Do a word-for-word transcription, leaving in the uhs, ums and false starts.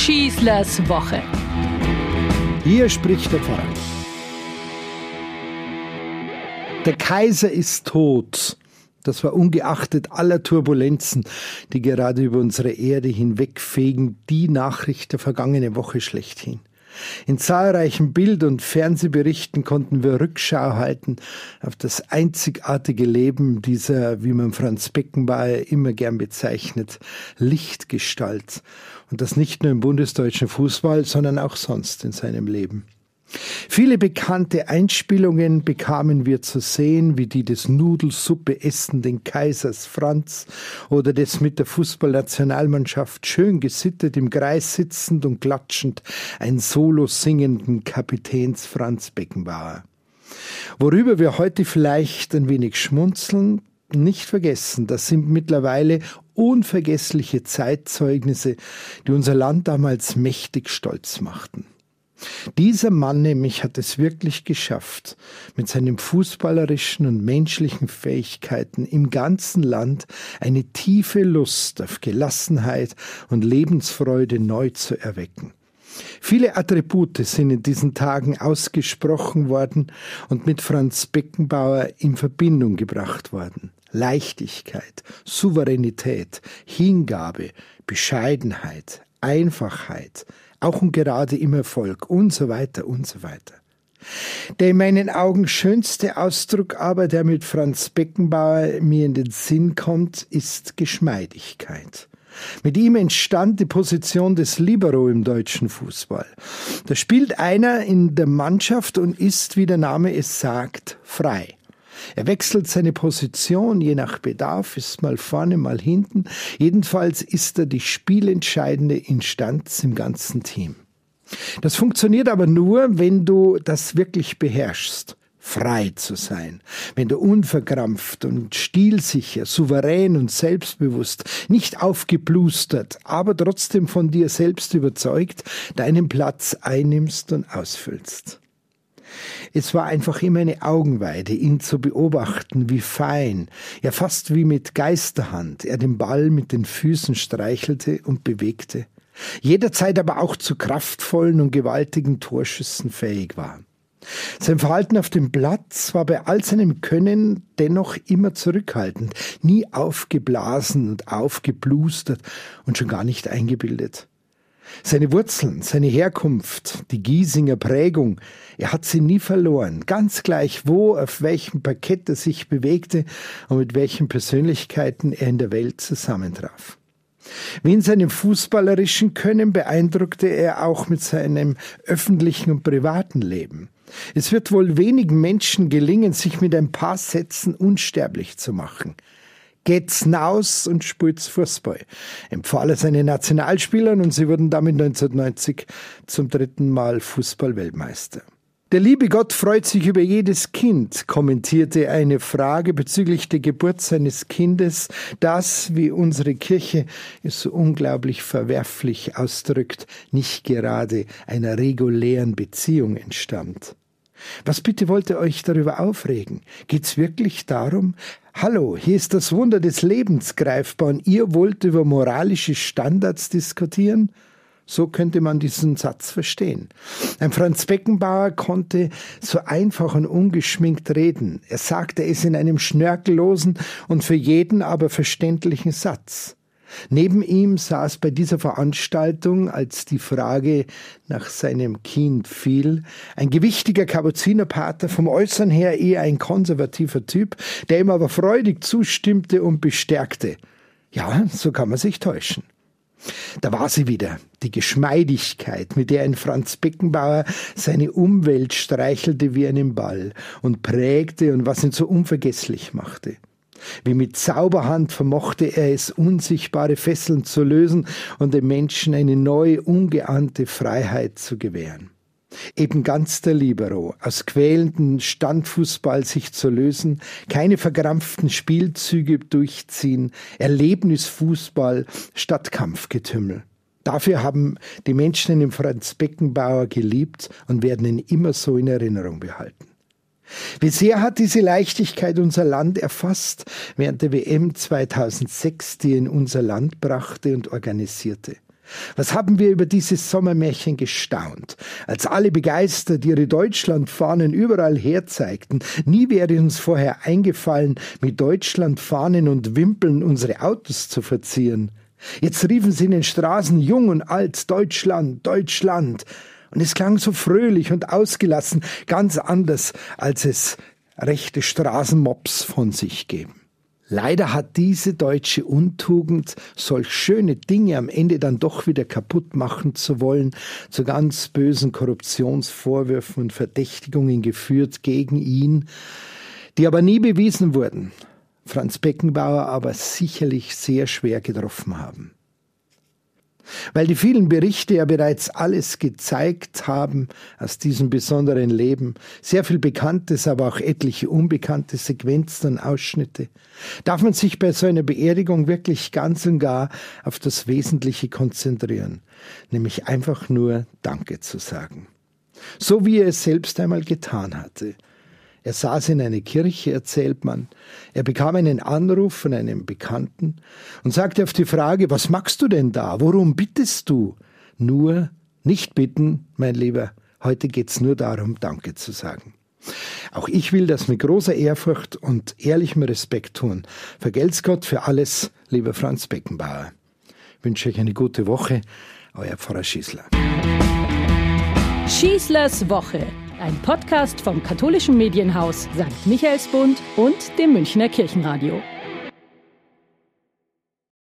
Schießlers Woche. Hier spricht der Pfarrer. Der Kaiser ist tot. Das war ungeachtet aller Turbulenzen, die gerade über unsere Erde hinwegfegen, die Nachricht der vergangenen Woche schlechthin. In zahlreichen Bild- und Fernsehberichten konnten wir Rückschau halten auf das einzigartige Leben dieser, wie man Franz Beckenbauer immer gern bezeichnet, Lichtgestalt. Und das nicht nur im bundesdeutschen Fußball, sondern auch sonst in seinem Leben. Viele bekannte Einspielungen bekamen wir zu sehen, wie die des Nudelsuppe essenden Kaisers Franz oder des mit der Fußballnationalmannschaft schön gesittet im Kreis sitzend und klatschend ein Solo singenden Kapitäns Franz Beckenbauer. Worüber wir heute vielleicht ein wenig schmunzeln, nicht vergessen, das sind mittlerweile unvergessliche Zeitzeugnisse, die unser Land damals mächtig stolz machten. Dieser Mann nämlich hat es wirklich geschafft, mit seinen fußballerischen und menschlichen Fähigkeiten im ganzen Land eine tiefe Lust auf Gelassenheit und Lebensfreude neu zu erwecken. Viele Attribute sind in diesen Tagen ausgesprochen worden und mit Franz Beckenbauer in Verbindung gebracht worden. Leichtigkeit, Souveränität, Hingabe, Bescheidenheit, Einfachheit, auch und gerade im Erfolg und so weiter und so weiter. Der in meinen Augen schönste Ausdruck aber, der mit Franz Beckenbauer mir in den Sinn kommt, ist Geschmeidigkeit. Mit ihm entstand die Position des Libero im deutschen Fußball. Da spielt einer in der Mannschaft und ist, wie der Name es sagt, frei. Er wechselt seine Position, je nach Bedarf, ist mal vorne, mal hinten. Jedenfalls ist er die spielentscheidende Instanz im ganzen Team. Das funktioniert aber nur, wenn du das wirklich beherrschst, frei zu sein. Wenn du unverkrampft und stilsicher, souverän und selbstbewusst, nicht aufgeplustert, aber trotzdem von dir selbst überzeugt, deinen Platz einnimmst und ausfüllst. Es war einfach immer eine Augenweide, ihn zu beobachten, wie fein, ja fast wie mit Geisterhand er den Ball mit den Füßen streichelte und bewegte, jederzeit aber auch zu kraftvollen und gewaltigen Torschüssen fähig war. Sein Verhalten auf dem Platz war bei all seinem Können dennoch immer zurückhaltend, nie aufgeblasen und aufgeplustert und schon gar nicht eingebildet. Seine Wurzeln, seine Herkunft, die Giesinger Prägung, er hat sie nie verloren, ganz gleich wo, auf welchem Parkett er sich bewegte und mit welchen Persönlichkeiten er in der Welt zusammentraf. Wie in seinem fußballerischen Können beeindruckte er auch mit seinem öffentlichen und privaten Leben. Es wird wohl wenigen Menschen gelingen, sich mit ein paar Sätzen unsterblich zu machen. Geht's naus und spielt's Fußball, empfahl er seinen Nationalspielern und sie wurden damit neunzehnhundertneunzig zum dritten Mal Fußball-Weltmeister. Der liebe Gott freut sich über jedes Kind, kommentierte eine Frage bezüglich der Geburt seines Kindes, das, wie unsere Kirche es so unglaublich verwerflich ausdrückt, nicht gerade einer regulären Beziehung entstammt. Was bitte wollt ihr euch darüber aufregen? Geht's wirklich darum? Hallo, hier ist das Wunder des Lebens greifbar und ihr wollt über moralische Standards diskutieren? So könnte man diesen Satz verstehen. Ein Franz Beckenbauer konnte so einfach und ungeschminkt reden. Er sagte es in einem schnörkellosen und für jeden aber verständlichen Satz. Neben ihm saß bei dieser Veranstaltung, als die Frage nach seinem Kind fiel, ein gewichtiger Kapuzinerpater, vom Äußern her eher ein konservativer Typ, der ihm aber freudig zustimmte und bestärkte. Ja, so kann man sich täuschen. Da war sie wieder, die Geschmeidigkeit, mit der ein Franz Beckenbauer seine Umwelt streichelte wie einen Ball und prägte und was ihn so unvergesslich machte. Wie mit Zauberhand vermochte er es, unsichtbare Fesseln zu lösen und den Menschen eine neue, ungeahnte Freiheit zu gewähren. Eben ganz der Libero, aus quälendem Standfußball sich zu lösen, keine verkrampften Spielzüge durchziehen, Erlebnisfußball statt Kampfgetümmel. Dafür haben die Menschen den Franz Beckenbauer geliebt und werden ihn immer so in Erinnerung behalten. Wie sehr hat diese Leichtigkeit unser Land erfasst während der W M zweitausendsechs, die er in unser Land brachte und organisierte. Was haben wir über dieses Sommermärchen gestaunt, als alle begeistert ihre Deutschlandfahnen überall herzeigten. Nie wäre uns vorher eingefallen, mit Deutschlandfahnen und Wimpeln unsere Autos zu verzieren. Jetzt riefen sie in den Straßen jung und alt, Deutschland, Deutschland. Und es klang so fröhlich und ausgelassen, ganz anders, als es rechte Straßenmobs von sich geben. Leider hat diese deutsche Untugend, solch schöne Dinge am Ende dann doch wieder kaputt machen zu wollen, zu ganz bösen Korruptionsvorwürfen und Verdächtigungen geführt gegen ihn, die aber nie bewiesen wurden, Franz Beckenbauer aber sicherlich sehr schwer getroffen haben. Weil die vielen Berichte ja bereits alles gezeigt haben aus diesem besonderen Leben, sehr viel Bekanntes, aber auch etliche unbekannte Sequenzen und Ausschnitte, darf man sich bei so einer Beerdigung wirklich ganz und gar auf das Wesentliche konzentrieren, nämlich einfach nur Danke zu sagen. So wie er es selbst einmal getan hatte. Er saß in einer Kirche, erzählt man. Er bekam einen Anruf von einem Bekannten und sagte auf die Frage, was machst du denn da? Worum bittest du? Nur, nicht bitten, mein Lieber. Heute geht's nur darum, Danke zu sagen. Auch ich will das mit großer Ehrfurcht und ehrlichem Respekt tun. Vergelt's Gott für alles, lieber Franz Beckenbauer. Ich wünsche euch eine gute Woche. Euer Pfarrer Schießler. Schießlers Woche. Ein Podcast vom katholischen Medienhaus Sankt Michaelsbund und dem Münchner Kirchenradio.